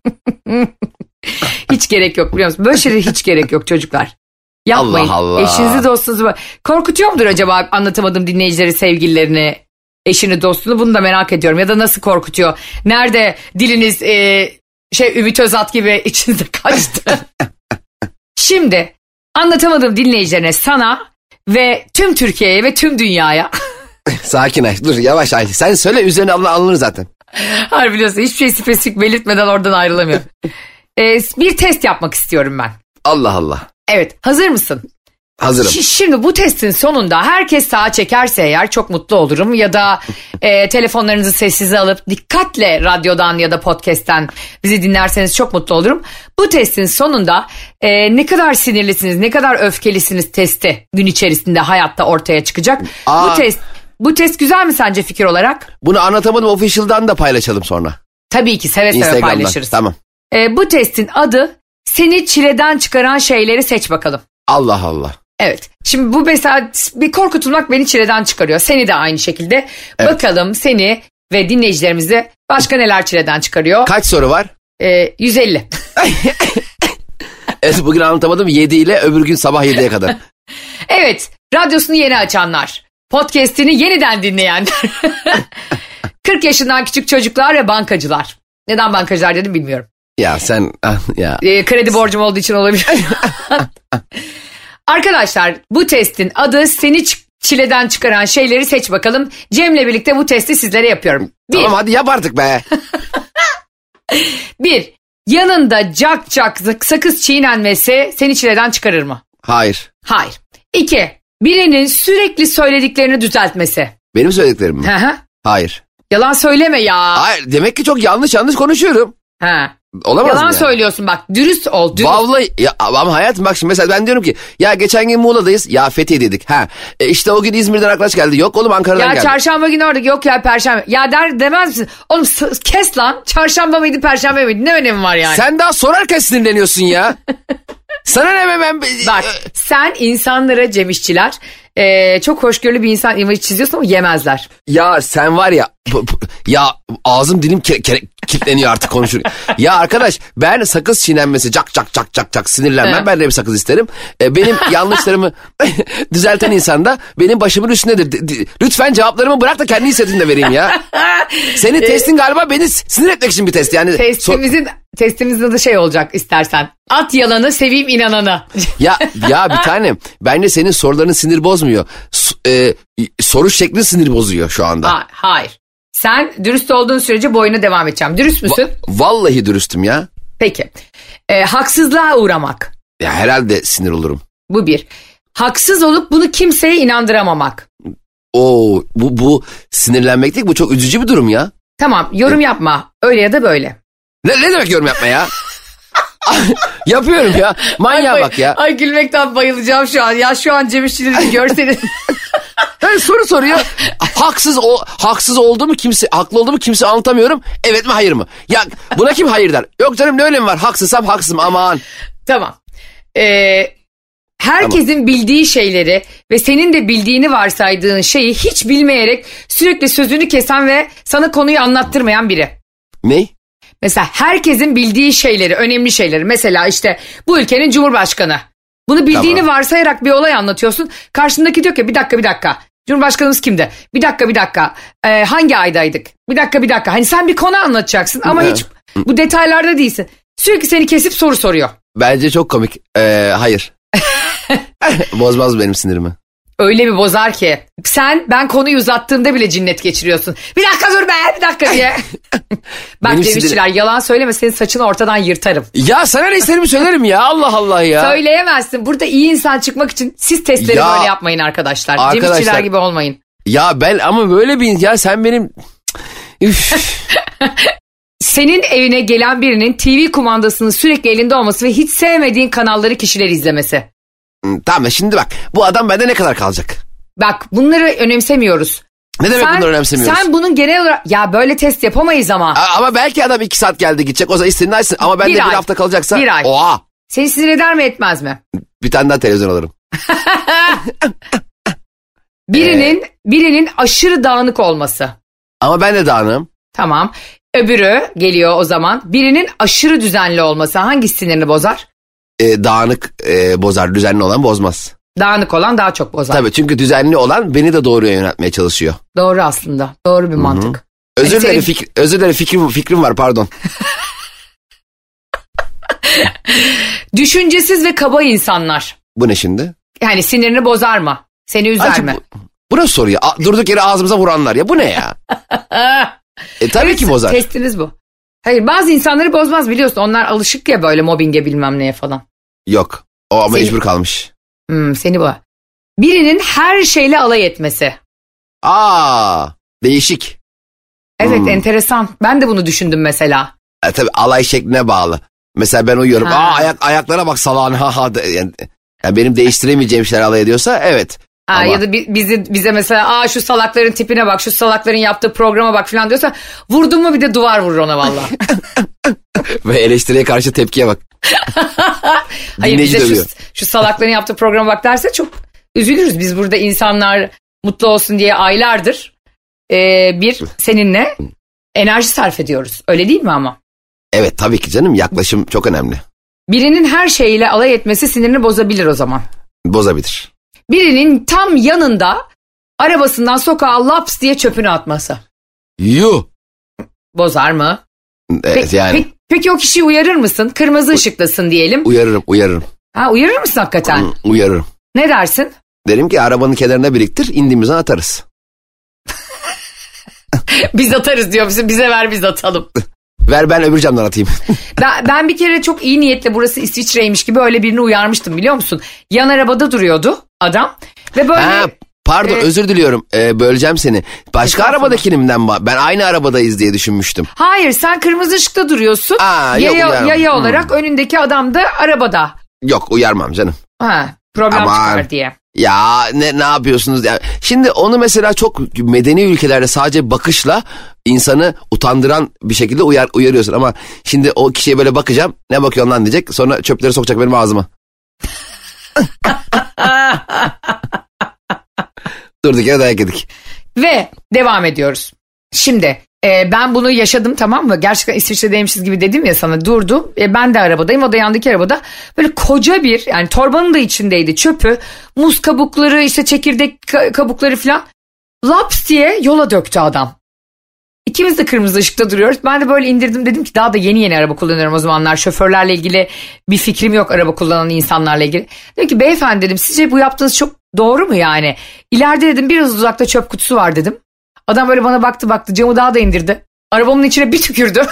Hiç gerek yok biliyor musun? Böyle şeylere hiç gerek yok çocuklar. Yapmayın. Allah Allah. Eşinizi, dostunuzu korkutuyor mudur acaba anlatamadığım dinleyicileri, sevgililerini, eşini, dostunu? Bunu da merak ediyorum. Ya da nasıl korkutuyor? Nerede diliniz e, şey Ümit Özat gibi içinize kaçtı? Şimdi anlatamadığım dinleyicilerine, sana ve tüm Türkiye'ye ve tüm dünyaya. Sakin Ayşe, dur yavaş Ayşe. Sen söyle, üzerine alınır zaten. Hayır biliyorsun, hiçbir şey spesifik belirtmeden oradan ayrılamıyorum. ee, bir test yapmak istiyorum ben. Allah Allah. Evet, hazır mısın? Hazırım. Ş- şimdi bu testin sonunda herkes sağa çekerse eğer çok mutlu olurum. Ya da e, telefonlarınızı sessize alıp dikkatle radyodan ya da podcast'ten bizi dinlerseniz çok mutlu olurum. Bu testin sonunda e, ne kadar sinirlisiniz, ne kadar öfkelisiniz testi gün içerisinde hayatta ortaya çıkacak. Aa. Bu test bu test güzel mi sence fikir olarak? Bunu Anlatamadım Official'dan da paylaşalım sonra. Tabii ki seve seve paylaşırız. Tamam. E, bu testin adı seni çileden çıkaran şeyleri seç bakalım. Allah Allah. Evet. Şimdi bu mesela bir korkutulmak beni çileden çıkarıyor. Seni de aynı şekilde. Evet. Bakalım seni ve dinleyicilerimizi başka neler çileden çıkarıyor. Kaç soru var? Ee, yüz elli. Evet, bugün Anlatamadım yedi ile öbür gün sabah yediye kadar. Evet. Radyosunu yeni açanlar. Podcast'ini yeniden dinleyenler. kırk yaşından küçük çocuklar ve bankacılar. Neden bankacılar dedim bilmiyorum. Ya sen ya. Ee, kredi borcum olduğu için olabilir. Arkadaşlar bu testin adı seni çileden çıkaran şeyleri seç bakalım. Cem'le birlikte bu testi sizlere yapıyorum. Bir, tamam hadi yap artık be. Bir, yanında cak cak sakız çiğnenmesi seni çileden çıkarır mı? Hayır. Hayır. İki, birinin sürekli söylediklerini düzeltmesi. Benim söylediklerim mi? Hı hı. Hayır. Yalan söyleme ya. Hayır, demek ki çok yanlış yanlış konuşuyorum. Ha. Olamaz Yalan yani. söylüyorsun bak, dürüst ol. Dürüst. Vallahi ya, ama hayatım bak şimdi mesela ben diyorum ki ya geçen gün Muğla'dayız, ya Fethiye'deydik. Ha e işte o gün İzmir'den arkadaş geldi, yok oğlum Ankara'dan ya geldi. Ya çarşamba günü orada, yok ya perşembe. Ya der demez misin? Oğlum kes lan, çarşamba mıydı perşembe miydi, ne önemi var yani? Sen daha sorarken sinirleniyorsun ya. Sana ne ben... Bak sen insanlara, Cem İşçiler e, çok hoşgörülü bir insan imajı çiziyorsun ama yemezler. Ya sen var ya bu, bu, ya ağzım dilim ke, ke, kilitleniyor artık konuşur. Ya arkadaş ben sakız çiğnenmesi cak cak cak cak cak sinirlenmem. Evet. Ben de bir sakız isterim. E, benim yanlışlarımı düzelten insan da benim başımın üstündedir. D- d- lütfen cevaplarımı bırak da kendi hissettiğimde vereyim ya. Senin testin galiba beni sinir etmek için bir test. Yani testimizin so- testimizde de şey olacak istersen. At yalanı, seveyim inananı. ya ya bir tanem, bence senin soruların sinir bozmuyor. S- e, soru şeklin sinir bozuyor şu anda. Ha, hayır. Sen dürüst olduğun sürece boyuna devam edeceğim. Dürüst müsün? Va- vallahi dürüstüm ya. Peki. E, haksızlığa uğramak. Ya herhalde sinir olurum. Bu bir. Haksız olup bunu kimseye inandıramamak. Oo, bu bu sinirlenmek değil, bu çok üzücü bir durum ya. Tamam, yorum evet. yapma. Öyle ya da böyle. Ne, ne demek yorum yapma ya? Yapıyorum ya. Manyağa ay, bak ya. Ay gülmekten bayılacağım şu an. Ya şu an Cem İşçileri görseniz. Yani soru soruyor. Haksız o haksız oldu mu kimse, haklı oldu mu kimse anlatamıyorum. Evet mi hayır mı? Ya buna kim hayır der? Yok canım, ne önemi var? Haksızsam haksızım aman. Tamam. Ee, herkesin tamam. bildiği şeyleri ve senin de bildiğini varsaydığın şeyi hiç bilmeyerek sürekli sözünü kesen ve sana konuyu anlattırmayan biri. Ne? Mesela herkesin bildiği şeyleri, önemli şeyleri. Mesela işte bu ülkenin cumhurbaşkanı. Bunu bildiğini tamam. varsayarak bir olay anlatıyorsun. Karşındaki diyor ki bir dakika bir dakika. Cumhurbaşkanımız kimdi? Bir dakika bir dakika. Ee, hangi aydaydık? Bir dakika bir dakika. Hani sen bir konu anlatacaksın ama hiç bu detaylarda değilsin. Sürekli seni kesip soru soruyor. Bence çok komik. Ee, hayır. Bozmaz benim sinirimi. öyle bir bozar ki. Sen ben konuyu uzattığımda bile cinnet geçiriyorsun. Bir dakika dur be bir dakika diye. Bak Benim Cem İşçiler sinir- yalan söyleme senin saçını ortadan yırtarım. Ya sana ne isterimi söylerim ya Allah Allah ya. Söyleyemezsin. Burada iyi insan çıkmak için siz testleri Ya, böyle yapmayın arkadaşlar. Cem arkadaşlar- İşçiler gibi olmayın. Ya ben ama böyle bir ya sen benim... Üf. Senin evine gelen birinin T V kumandasının sürekli elinde olması ve hiç sevmediğin kanalları kişiler izlemesi. Tamam da şimdi bak bu adam bende ne kadar kalacak? Bak bunları önemsemiyoruz. Ne demek Sen- bunları önemsemiyoruz? Sen bunun genel olarak ya böyle test yapamayız ama. A- ama belki adam iki saat geldi gidecek o zaman istediğini açsın ama bende Bir bir, ay. hafta kalacaksa. Bir ay. Oha Seni sinir eder mi etmez mi? bir tane daha televizyon alırım. Birinin birinin aşırı dağınık olması. Ama ben de dağınığım. Tamam. Öbürü geliyor o zaman. Birinin aşırı düzenli olması hangisi sinirini bozar? Ee, dağınık e, bozar düzenli olan bozmaz. Dağınık olan daha çok bozar. Tabii çünkü düzenli olan beni de doğruya yöneltmeye çalışıyor. Doğru aslında. Doğru bir mantık. Özür Hani dilerim senin- fikir, özür dilerim fikrim, fikrim var pardon. Düşüncesiz ve kaba insanlar. Bu ne şimdi? Yani sinirini bozar mı? Seni üzer Ayşe, mi? bu, bu nasıl soru ya? A- Durduk yere ağzımıza vuranlar ya bu ne ya? E tabii Evet, ki bozar. Testiniz bu. Hayır bazı insanları bozmaz biliyorsun. Onlar alışık ya böyle mobbinge bilmem neye falan. Yok o ama Seni- mecbur kalmış. Hmm, seni bu. Birinin her şeyle alay etmesi. Aa değişik. Evet Hmm. enteresan. Ben de bunu düşündüm mesela. E, tabii alay şekline bağlı. Mesela ben uyuyorum. Ha. Aa ayak ayaklara bak salağın ha ha. de- Yani, yani benim değiştiremeyeceğim şeyler alay ediyorsa evet. Ha, Ama- ya da bi- bizi bize mesela aa şu salakların tipine bak, şu salakların yaptığı programa bak falan diyorsa vurdun mu bir de duvar vurur ona valla. Ve eleştiriye karşı tepkiye bak. Hayır Dinleyici bize şu, dövüyor. şu salakların yaptığı programa bak derse çok üzülürüz. Biz burada insanlar mutlu olsun diye aylardır e, bir seninle enerji sarf ediyoruz. Öyle değil mi ama? Evet tabii ki canım yaklaşım çok önemli. Birinin her şeyle alay etmesi sinirini bozabilir o zaman. Bozabilir. Birinin tam yanında arabasından sokağa laps diye çöpünü atması. Yuh. Bozar mı? Evet Peki, yani peki, peki o kişiyi uyarır mısın? Kırmızı ışıktasın diyelim. uyarırım uyarırım. Ha, uyarır mısın hakikaten? Hı, uyarırım. Ne dersin? Derim ki arabanın kenarına biriktir indiğimizden atarız. Biz atarız diyor bize, bize ver biz atalım. Ver ben öbür camdan atayım. Ben, ben bir kere çok iyi niyetle burası İsviçre'ymiş gibi öyle birini uyarmıştım biliyor musun? Yan arabada duruyordu adam ve böyle... ha, pardon e, özür diliyorum ee, böleceğim seni. Başka Estağfurullah. arabadakinden ba- ben aynı arabadayız diye düşünmüştüm. Hayır sen kırmızı ışıkta duruyorsun. Aa, yok, yaya uyarmam. yaya Hmm. olarak önündeki adam da arabada. Yok uyarmam canım. Ha, problem Aman. çıkar diye. Ya ne ne yapıyorsunuz? Ya, şimdi onu mesela çok medeni ülkelerde sadece bakışla insanı utandıran bir şekilde uyar, uyarıyorsun. Ama şimdi o kişiye böyle bakacağım. Ne bakıyorsun lan diyecek. Sonra çöpleri sokacak benim ağzıma. Durduk yere dayak yedik. Ve devam ediyoruz. Şimdi e, ben bunu yaşadım tamam mı? Gerçekten İsviçre'deymişiz gibi dedim ya sana durdum. E, ben de arabadayım o da yandaki arabada. Böyle koca bir yani torbanın da içindeydi çöpü. Muz kabukları işte çekirdek ka- kabukları falan. Laps diye yola döktü adam. İkimiz de kırmızı ışıkta duruyoruz. Ben de böyle indirdim dedim ki daha da yeni yeni araba kullanıyorum o zamanlar. Şoförlerle ilgili bir fikrim yok araba kullanan insanlarla ilgili. Dedim ki beyefendi dedim sizce bu yaptığınız çok doğru mu yani? İleride dedim biraz uzakta çöp kutusu var dedim. Adam böyle bana baktı baktı camı daha da indirdi. Arabamın içine bir tükürdü.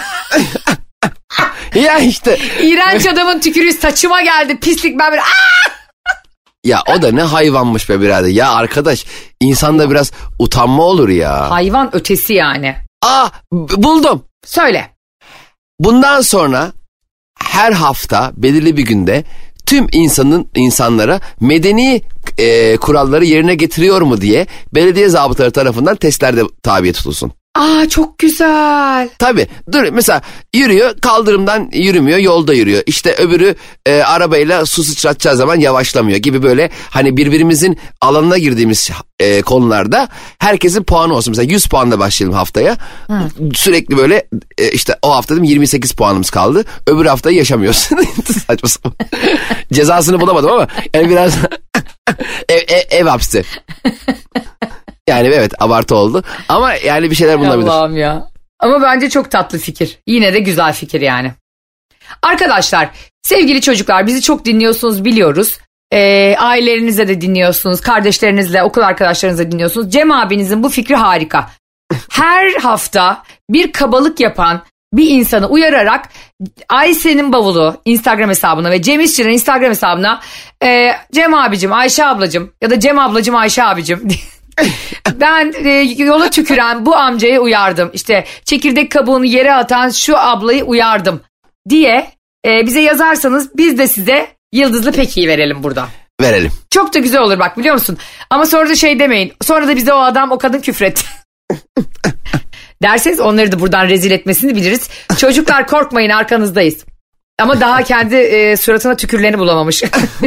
Ya işte. İğrenç adamın tükürüğü saçıma geldi. Pislik ben böyle aa! Ya o da ne hayvanmış be birader. Ya arkadaş insanda biraz utanma olur ya. Hayvan ötesi yani. Aa b- buldum. Söyle. Bundan sonra her hafta belirli bir günde tüm insanın insanlara medeni e, kuralları yerine getiriyor mu diye belediye zabıtaları tarafından testlerde tabiye tutulsun. Aa çok güzel. Tabii dur mesela yürüyor kaldırımdan yürümüyor yolda yürüyor. İşte öbürü e, arabayla su sıçratacağı zaman yavaşlamıyor gibi böyle hani birbirimizin alanına girdiğimiz e, konularda herkesin puanı olsun. Mesela yüz puanla başlayalım haftaya. Hı. Sürekli böyle e, işte o hafta dedim yirmi sekiz puanımız kaldı. Öbür haftayı yaşamıyorsun. Saçma sapan. Cezasını bulamadım ama yani biraz ev, ev, ev hapsi. Yani evet abartı oldu ama yani bir şeyler bulunabilir. Allah'ım ya. Ama bence çok tatlı fikir. Yine de güzel fikir yani. Arkadaşlar sevgili çocuklar bizi çok dinliyorsunuz biliyoruz. e, ailelerinizle de dinliyorsunuz, kardeşlerinizle, okul arkadaşlarınızla dinliyorsunuz. Cem abinizin bu fikri harika. Her hafta bir kabalık yapan bir insanı uyararak Ayşe'nin bavulu Instagram hesabına ve Cem İşçi'nin Instagram hesabına e, Cem abicim, Ayşe ablacım ya da Cem ablacım, Ayşe abicim ben e, yola tüküren bu amcayı uyardım. İşte çekirdek kabuğunu yere atan şu ablayı uyardım diye e, bize yazarsanız biz de size yıldızlı pekiyi verelim burada. Verelim. Çok da güzel olur bak, biliyor musun? Ama sonra da şey demeyin. Sonra da bize o adam, o kadın küfretti. Derseniz onları da buradan rezil etmesini biliriz. Çocuklar korkmayın, arkanızdayız. Ama daha kendi e, suratına tükürlerini bulamamış.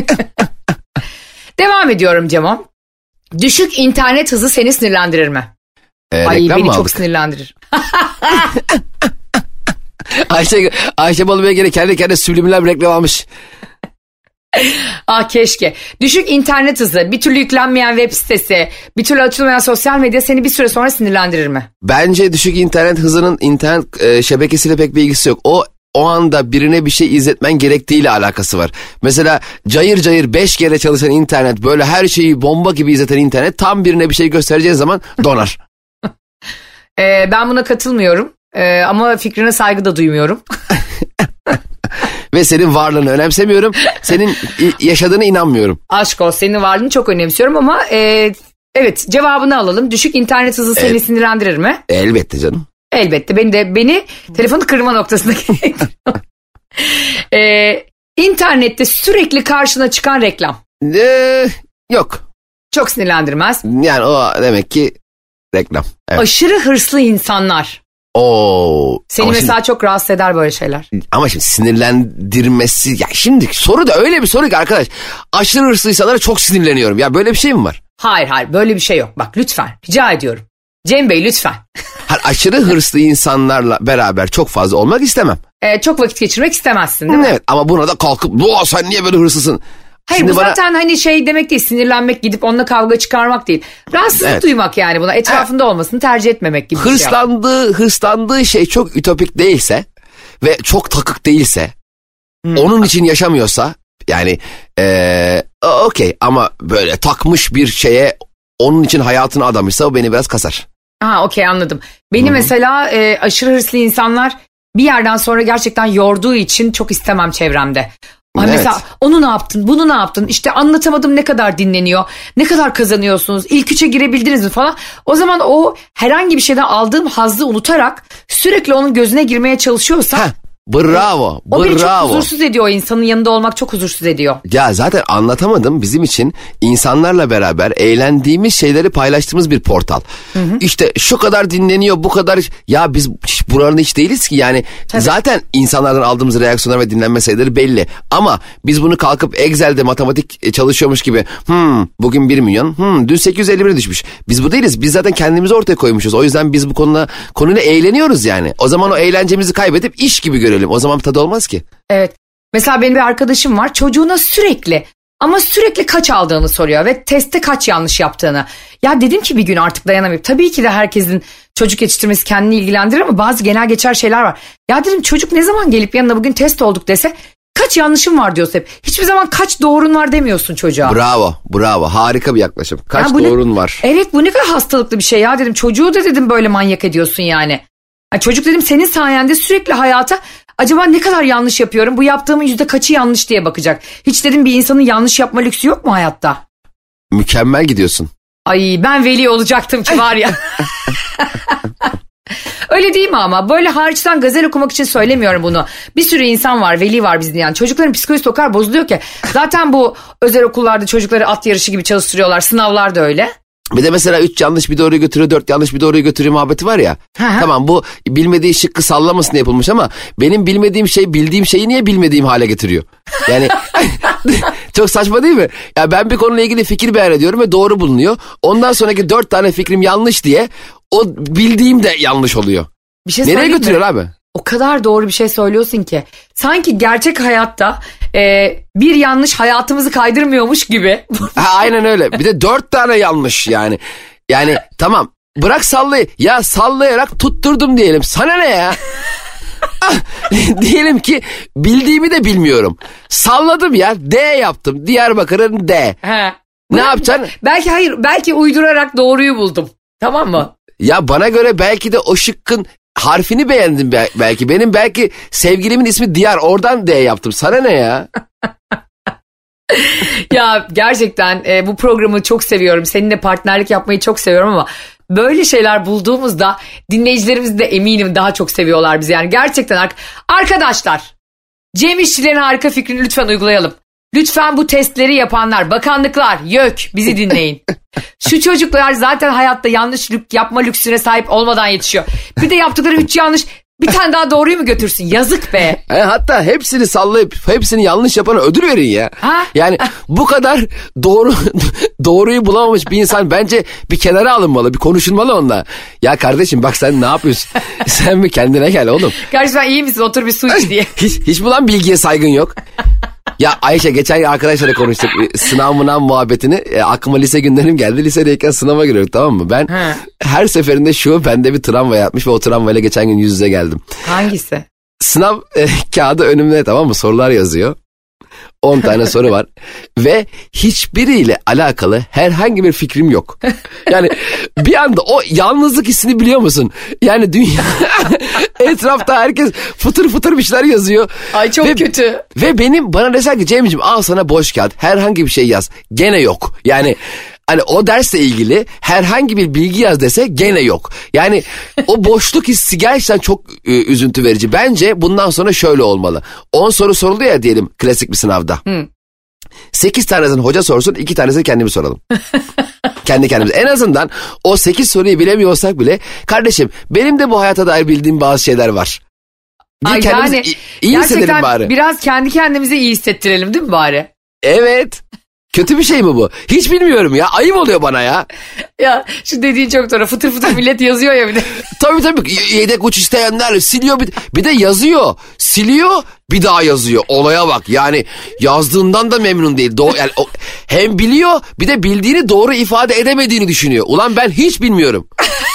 Devam ediyorum Cemo. Düşük internet hızı seni sinirlendirir mi? Ee, Ay beni çok aldık? Sinirlendirir. Ayşe, Ayşe Balıbey'e gene kendi kendine subliminal bir reklam almış. Ah keşke. Düşük internet hızı, bir türlü yüklenmeyen web sitesi, bir türlü açılmayan sosyal medya seni bir süre sonra sinirlendirir mi? Bence düşük internet hızının internet e, şebekesiyle pek bir ilgisi yok. O o anda birine bir şey izletmen gerektiğiyle alakası var. Mesela cayır cayır beş kere çalışan internet, böyle her şeyi bomba gibi izleten internet tam birine bir şey göstereceğin zaman donar. ee, ben buna katılmıyorum ee, ama fikrine saygı da duymuyorum. Ve senin varlığını önemsemiyorum. Senin yaşadığına inanmıyorum. Aşk olsun, senin varlığını çok önemsiyorum ama e, evet, cevabını alalım. Düşük internet hızı seni evet. sinirlendirir mi? Elbette canım. Elbette. Beni de beni telefonu kırma noktasına getiriyor. ee, İnternette sürekli karşına çıkan reklam. Ee, yok. Çok sinirlendirmez. Yani o demek ki reklam. Evet. Aşırı hırslı insanlar. Oo. Seni ama mesela şimdi, çok rahatsız eder böyle şeyler. Ama şimdi sinirlendirmesi... Ya şimdi soru da öyle bir soru ki arkadaş. Aşırı hırslı insanlara çok sinirleniyorum. Ya böyle bir şey mi var? Hayır hayır, böyle bir şey yok. Bak lütfen, rica ediyorum. Cem Bey lütfen. Aşırı hırslı insanlarla beraber çok fazla olmak istemem. Ee, çok vakit geçirmek istemezsin değil mi? Evet, ama buna da kalkıp sen niye böyle hırslısın? Hayır, şimdi bu bana... zaten hani şey demek değil, sinirlenmek, gidip onunla kavga çıkarmak değil. Rahatsızlık evet. duymak yani buna. Etrafında evet. olmasını tercih etmemek gibi hırslandığı, bir şey. Hırslandığı şey çok ütopik değilse ve çok takık değilse, hmm. onun için yaşamıyorsa yani ee, okey, ama böyle takmış bir şeye onun için hayatını adamışsa o beni biraz kasar. Ha okey, anladım. Beni hmm. mesela e, aşırı hırslı insanlar bir yerden sonra gerçekten yorduğu için çok istemem çevremde. Ay evet. Mesela onu ne yaptın, bunu ne yaptın, işte anlatamadım ne kadar dinleniyor, ne kadar kazanıyorsunuz, ilk üçe girebildiniz mi falan. O zaman o herhangi bir şeyden aldığım hazzı unutarak sürekli onun gözüne girmeye çalışıyorsa... Heh. Bravo, o bravo. beni çok huzursuz ediyor, insanın yanında olmak çok huzursuz ediyor. Ya zaten anlatamadım bizim için insanlarla beraber eğlendiğimiz şeyleri paylaştığımız bir portal. Hı hı. İşte şu kadar dinleniyor, bu kadar, ya biz hiç buranın hiç değiliz ki yani. Tabii. Zaten insanlardan aldığımız reaksiyonlar ve dinlenme sayıları belli. Ama biz bunu kalkıp Excel'de matematik çalışıyormuş gibi hmm, bugün bir milyon, hmm, dün sekiz yüz elli bir düşmüş. Biz bu değiliz, biz zaten kendimizi ortaya koymuşuz. O yüzden biz bu konuda konuyla eğleniyoruz yani. O zaman o eğlencemizi kaybedip iş gibi görelim. O zaman tadı olmaz ki. Evet. Mesela benim bir arkadaşım var. Çocuğuna sürekli ama sürekli kaç aldığını soruyor ve testte kaç yanlış yaptığını. Ya dedim ki bir gün artık dayanamayıp, tabii ki de herkesin çocuk yetiştirmesi kendini ilgilendirir ama bazı genel geçer şeyler var. Ya dedim, çocuk ne zaman gelip yanına bugün test olduk dese kaç yanlışım var diyorsun hep. Hiçbir zaman kaç doğrun var demiyorsun çocuğa. Bravo, bravo. Harika bir yaklaşım. Kaç ya doğrun ne, var. Evet, bu ne kadar hastalıklı bir şey ya dedim. Çocuğu da dedim böyle manyak ediyorsun yani. Ya çocuk dedim senin sayende sürekli hayata acaba ne kadar yanlış yapıyorum, bu yaptığımın yüzde kaçı yanlış diye bakacak. Hiç dedim bir insanın yanlış yapma lüksü yok mu hayatta? Mükemmel gidiyorsun. Ay ben veli olacaktım ki var ya. Öyle değil mi ama? Böyle hariçten gazel okumak için söylemiyorum bunu. Bir sürü insan var, veli var bizde yani. Çocukların psikolojisi o kadar bozuluyor ki. Zaten bu özel okullarda çocukları at yarışı gibi çalıştırıyorlar. Sınavlar da öyle. Bir de mesela üç yanlış bir doğruyu götürüyor, dört yanlış bir doğruyu götürüyor muhabbeti var ya. Hı-hı. Tamam, bu bilmediği şıkkı sallamasın yapılmış ama benim bilmediğim şey bildiğim şeyi niye bilmediğim hale getiriyor? Yani çok saçma değil mi? Ya ben bir konuyla ilgili fikir beyan ediyorum ve doğru bulunuyor. Ondan sonraki dört tane fikrim yanlış diye o bildiğim de yanlış oluyor. Bir şey nereye götürüyor mi? Abi? O kadar doğru bir şey söylüyorsun ki. Sanki gerçek hayatta e, bir yanlış hayatımızı kaydırmıyormuş gibi. Ha, aynen öyle. Bir de dört tane yanlış yani. Yani tamam, bırak sallayı. Ya sallayarak tutturdum diyelim. Sana ne ya? Diyelim ki bildiğimi de bilmiyorum. Salladım ya. D yaptım. Diyarbakır'ın D. He. Ne yapacaksın? Belki hayır, belki uydurarak doğruyu buldum. Tamam mı? Ya bana göre belki de o şıkkın harfini beğendim belki. Benim belki sevgilimin ismi Diyar. Oradan D yaptım. Sana ne ya? Ya gerçekten e, bu programı çok seviyorum. Seninle partnerlik yapmayı çok seviyorum ama böyle şeyler bulduğumuzda dinleyicilerimiz de eminim daha çok seviyorlar bizi. Yani gerçekten arkadaşlar, Cem İşçilerin harika fikrini lütfen uygulayalım. Lütfen bu testleri yapanlar, bakanlıklar, YÖK bizi dinleyin. Şu çocuklar zaten hayatta yanlış yapma lüksüne sahip olmadan yetişiyor. Bir de yaptıkları üç yanlış, bir tane daha doğruyu mu götürsün? Yazık be. E, hatta hepsini sallayıp hepsini yanlış yapana ödül verin ya. Ha? Yani bu kadar doğru doğruyu bulamamış bir insan bence bir kenara alınmalı, bir konuşulmalı onunla. Ya kardeşim bak sen ne yapıyorsun? Sen bir kendine gel oğlum. Kardeşim sen iyi misin? Otur bir su iç diye. hiç, hiç mi lan bilgiye saygın yok? Ya Ayşe geçen gün arkadaşlarla konuştuk sınav mınav muhabbetini, e, aklıma lise günlerim geldi. Lisedeyken sınava giriyorduk, tamam mı? Ben He. her seferinde şu bende bir travma yatmış ve o travmayla geçen gün yüz yüze geldim. Hangisi? Sınav e, kağıdı önümde, tamam mı? Sorular yazıyor. on tane soru var ve hiçbiriyle alakalı herhangi bir fikrim yok. Yani bir anda o yalnızlık hissini biliyor musun? Yani dünya etrafta herkes fıtır fıtır bir şeyler yazıyor. Ay çok ve, kötü. Ve benim bana desen ki Cem'ciğim al sana boş kağıt, herhangi bir şey yaz. Gene yok. Yani hani o dersle ilgili herhangi bir bilgi yaz dese gene yok. Yani o boşluk hissi gerçekten çok e, üzüntü verici. Bence bundan sonra şöyle olmalı. on soru soruldu ya diyelim klasik bir sınavda. Hmm. sekiz tanesini hoca sorsun, iki tanesini kendimiz soralım. Kendi kendimize. En azından o sekiz soruyu bilemiyorsak bile kardeşim benim de bu hayata dair bildiğim bazı şeyler var. Ay yani iyi, iyi hissedelim bari. Biraz kendi kendimize iyi hissettirelim değil mi bari? Evet. Kötü bir şey mi bu? Hiç bilmiyorum ya. Ayıp oluyor bana ya. Ya şu dediğin çok doğru. Fıtır fıtır millet yazıyor ya bir de. Tabii tabii. Yedek uç isteyenler siliyor. Bir, bir de yazıyor. Siliyor bir daha yazıyor. Olaya bak. Yani yazdığından da memnun değil. Doğru, yani o, hem biliyor bir de bildiğini doğru ifade edemediğini düşünüyor. Ulan ben hiç bilmiyorum.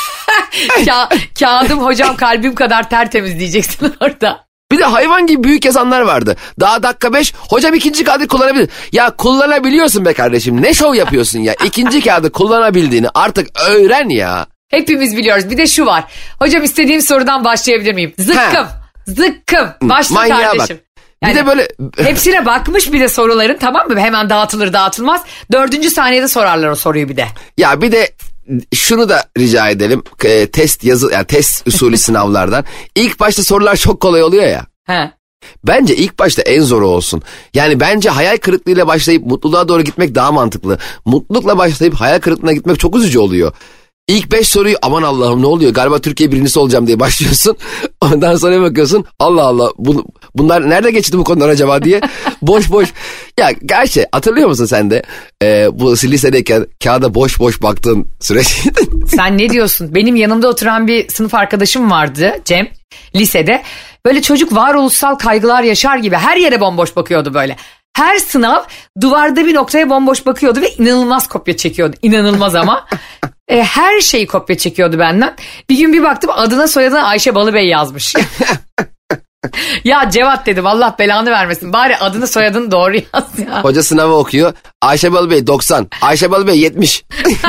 Ka- kağıdım hocam kalbim kadar tertemiz diyeceksin orada. Bir de hayvan gibi büyük yazanlar vardı. Daha dakika beş hocam ikinci kağıdı kullanabilir. Ya kullanabiliyorsun be kardeşim, ne şov yapıyorsun ya. İkinci kağıdı kullanabildiğini artık öğren ya. Hepimiz biliyoruz. Bir de şu var. Hocam istediğim sorudan başlayabilir miyim? Zıkkım. Ha. Zıkkım. Başla Manyağa kardeşim. Bak. Yani bir de böyle hepsine bakmış bir de soruların, tamam mı? Hemen dağıtılır dağıtılmaz. Dördüncü saniyede sorarlar o soruyu bir de. Ya bir de şunu da rica edelim. E, test yazı yani test usulü sınavlardan ilk başta sorular çok kolay oluyor ya. He. Bence ilk başta en zoru olsun. Yani bence hayal kırıklığıyla başlayıp mutluluğa doğru gitmek daha mantıklı. Mutlulukla başlayıp hayal kırıklığına gitmek çok üzücü oluyor. İlk beş soruyu aman Allah'ım ne oluyor, galiba Türkiye birincisi olacağım diye başlıyorsun. Ondan sonra bakıyorsun Allah Allah bu, bunlar nerede geçti bu konular acaba diye boş boş. Ya gerçi hatırlıyor musun sen de e, bu lisedeyken kağıda boş boş baktığın süreç? Sen ne diyorsun? Benim yanımda oturan bir sınıf arkadaşım vardı Cem, lisede. Böyle çocuk varoluşsal kaygılar yaşar gibi her yere bomboş bakıyordu böyle. Her sınav duvarda bir noktaya bomboş bakıyordu ve inanılmaz kopya çekiyordu. İnanılmaz ama. E, her şeyi kopya çekiyordu benden. Bir gün bir baktım adına soyadına Ayşe Balıbey yazmış. Ya Cevat dedim Allah belanı vermesin. Bari adını soyadını doğru yaz ya. Hoca sınavı okuyor. Ayşe Balıbey doksan. Ayşe Balıbey yetmiş.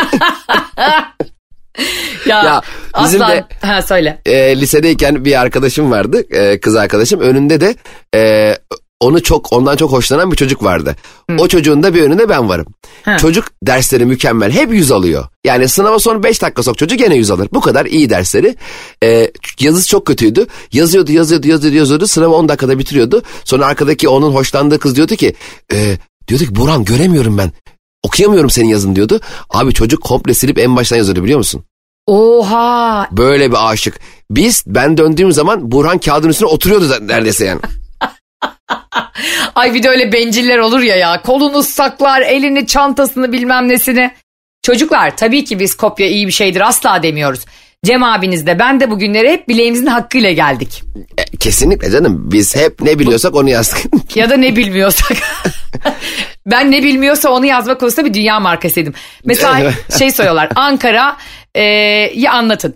ya, ya bizim aslan. de ha, söyle. E, lisedeyken bir arkadaşım vardı. E, kız arkadaşım. Önünde de e, onu çok ondan çok hoşlanan bir çocuk vardı. Hmm. O çocuğun da bir önünde ben varım. Ha. Çocuk dersleri mükemmel. Hep yüz alıyor. Yani sınava son beş dakika sok çocuğu gene yüz alır. Bu kadar iyi dersleri. Ee, yazısı çok kötüydü. Yazıyordu, yazıyordu, yazıyordu, yazıyordu. Sınavı on dakikada bitiriyordu. Sonra arkadaki onun hoşlandığı kız diyordu ki, e, diyordu ki Burhan göremiyorum ben. Okuyamıyorum senin yazın diyordu. Abi çocuk komple silip en baştan yazıyordu biliyor musun? Oha. Böyle bir aşık. Biz ben döndüğüm zaman Burhan kağıdın üstüne oturuyordu neredeyse yani. Ay bir de öyle benciller olur ya ya. Kolunu saklar, elini, çantasını bilmem nesini. Çocuklar tabii ki biz kopya iyi bir şeydir asla demiyoruz. Cem abiniz de ben de bugünlere hep bileğimizin hakkıyla geldik. E, kesinlikle canım. Biz hep ne biliyorsak onu yazdık. Ya da ne bilmiyorsak. Ben ne bilmiyorsa onu yazma konusunda bir dünya markasıydım. Mesela şey soruyorlar. Ankara'yı anlatın.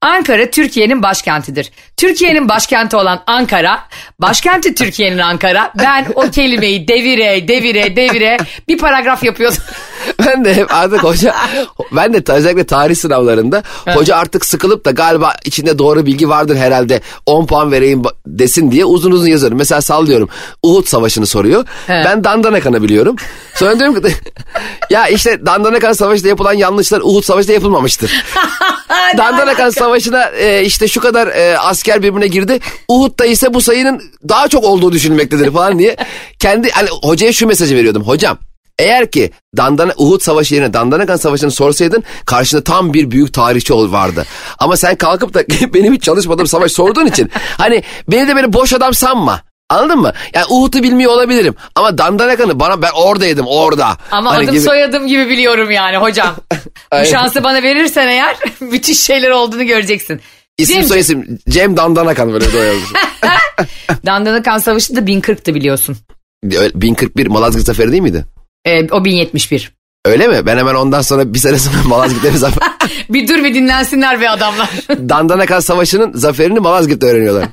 Ankara Türkiye'nin başkentidir. Türkiye'nin başkenti olan Ankara, başkenti Türkiye'nin Ankara. Ben o kelimeyi devire devire devire bir paragraf yapıyordum. Ben de hep artık hoca, ben de özellikle tarih sınavlarında hoca artık sıkılıp da galiba içinde doğru bilgi vardır herhalde on puan vereyim desin diye uzun uzun yazıyorum. Mesela sallıyorum, Uhud Savaşı'nı soruyor. Evet. Ben Dandanakan'ı biliyorum. Sonra diyorum ki ya işte Dandanakan Savaşı'nda yapılan yanlışlar Uhud Savaşı'nda yapılmamıştır. Dandanakan Savaşı'na e, işte şu kadar e, asker birbirine girdi. Uhud'da ise bu sayının daha çok olduğu düşünülmektedir falan diye. Kendi hani hocaya şu mesajı veriyordum. Hocam, eğer ki Dandana, Uhud Savaşı yerine Dandanakan Savaşı'nı sorsaydın karşında tam bir büyük tarihçi vardı. Ama sen kalkıp da benim hiç çalışmadığım savaş sorduğun için hani beni de böyle boş adam sanma. Anladın mı? Yani Uhud'u bilmiyor olabilirim. Ama Dandanakan'ı bana, ben oradaydım orada. Ama hani adım gibi... soyadım gibi biliyorum yani hocam. Bu şansı bana verirsen eğer müthiş şeyler olduğunu göreceksin. İsim Cem... soyisim Cem Dandanakan böyle doyalım. Dandanakan Savaşı da bin kırktı biliyorsun. bin kırk bir Malazgirt Zaferi değil miydi? Ee, o bin yetmiş bir. Öyle mi? Ben hemen ondan sonra bir sene sonra Malazgirt'te bir zafer. Bir dur bir dinlensinler be adamlar. Dandanakan Savaşı'nın zaferini Malazgirt'te öğreniyorlar.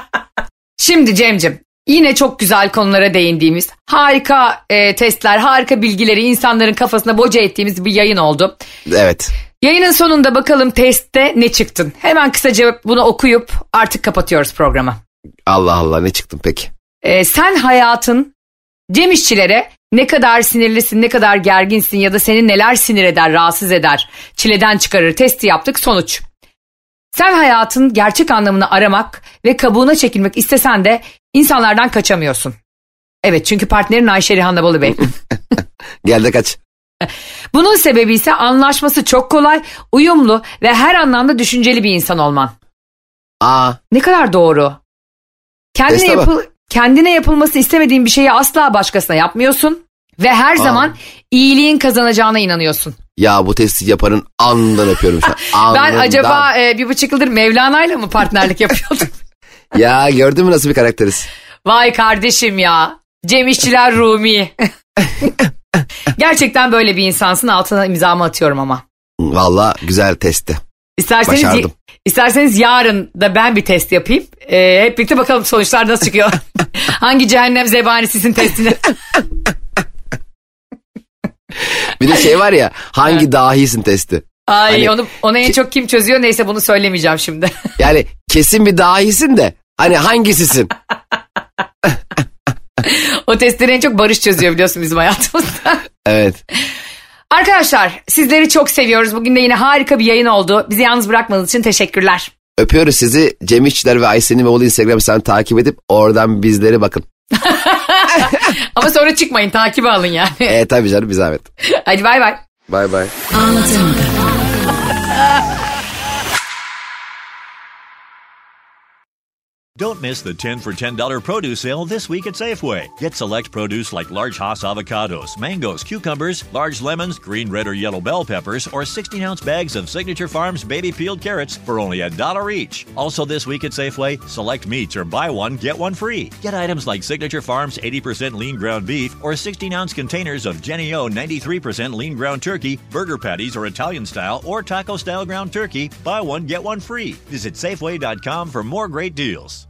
Şimdi Cem'cim, yine çok güzel konulara değindiğimiz, harika e, testler, harika bilgileri insanların kafasına boca ettiğimiz bir yayın oldu. Evet. Yayının sonunda bakalım testte ne çıktın? Hemen kısaca bunu okuyup artık kapatıyoruz programı. Allah Allah, ne çıktın peki? E, sen hayatın Cem İşçilere ne kadar sinirlisin, ne kadar gerginsin ya da seni neler sinir eder, rahatsız eder, çileden çıkarır testi yaptık. Sonuç: sen hayatın gerçek anlamını aramak ve kabuğuna çekilmek istesen de insanlardan kaçamıyorsun. Evet, çünkü partnerin Ayşe Rihanna Bolu Bey. Gel de kaç. Bunun sebebi ise anlaşması çok kolay, uyumlu ve her anlamda düşünceli bir insan olman. Aa. Ne kadar doğru. Kendine, yapıl kendine yapılması istemediğin bir şeyi asla başkasına yapmıyorsun ve her Aa. zaman iyiliğin kazanacağına inanıyorsun. Ya bu testi yapanın alnından öpüyorum şu an. Ben acaba e, bir buçuk yıldır Mevlana'yla mı partnerlik yapıyordum? Ya gördün mü nasıl bir karakteriz? Vay kardeşim ya. Cem İşçiler Rumi. Gerçekten böyle bir insansın, altına imzamı atıyorum ama. Vallahi güzel testti. İsterseniz, Başardım. isterseniz yarın da ben bir test yapayım. Ee, hep birlikte bakalım sonuçlar nasıl çıkıyor. Hangi cehennem zebanisisin testini. Bir de şey var ya, hangi dahisin testi. Ay hani, onu, onu en çok kim çözüyor, neyse bunu söylemeyeceğim şimdi. Yani kesin bir dahisin de hani hangisisin? O testleri en çok Barış çözüyor biliyorsun bizim hayatımızda. Evet. Arkadaşlar, sizleri çok seviyoruz. Bugün de yine harika bir yayın oldu. Bizi yalnız bırakmadığınız için teşekkürler. Öpüyoruz sizi. Cem İşçiler ve Ayşe'nin oğlu Instagram hesabını takip edip oradan bizlere bakın. Ama sonra çıkmayın, takibe alın yani. E tabii canım, bir zahmet. Hadi bay bay. Bay bay. Anlatamadım. Don't miss the ten for ten dollars produce sale this week at Safeway. Get select produce like large Hass avocados, mangoes, cucumbers, large lemons, green, red, or yellow bell peppers, or sixteen-ounce bags of Signature Farms baby peeled carrots for only a dollar each. Also this week at Safeway, select meats or buy one, get one free. Get items like Signature Farms eighty percent lean ground beef or sixteen-ounce containers of Jennie-O ninety-three percent lean ground turkey, burger patties or Italian-style or taco-style ground turkey. Buy one, get one free. Visit Safeway dot com for more great deals.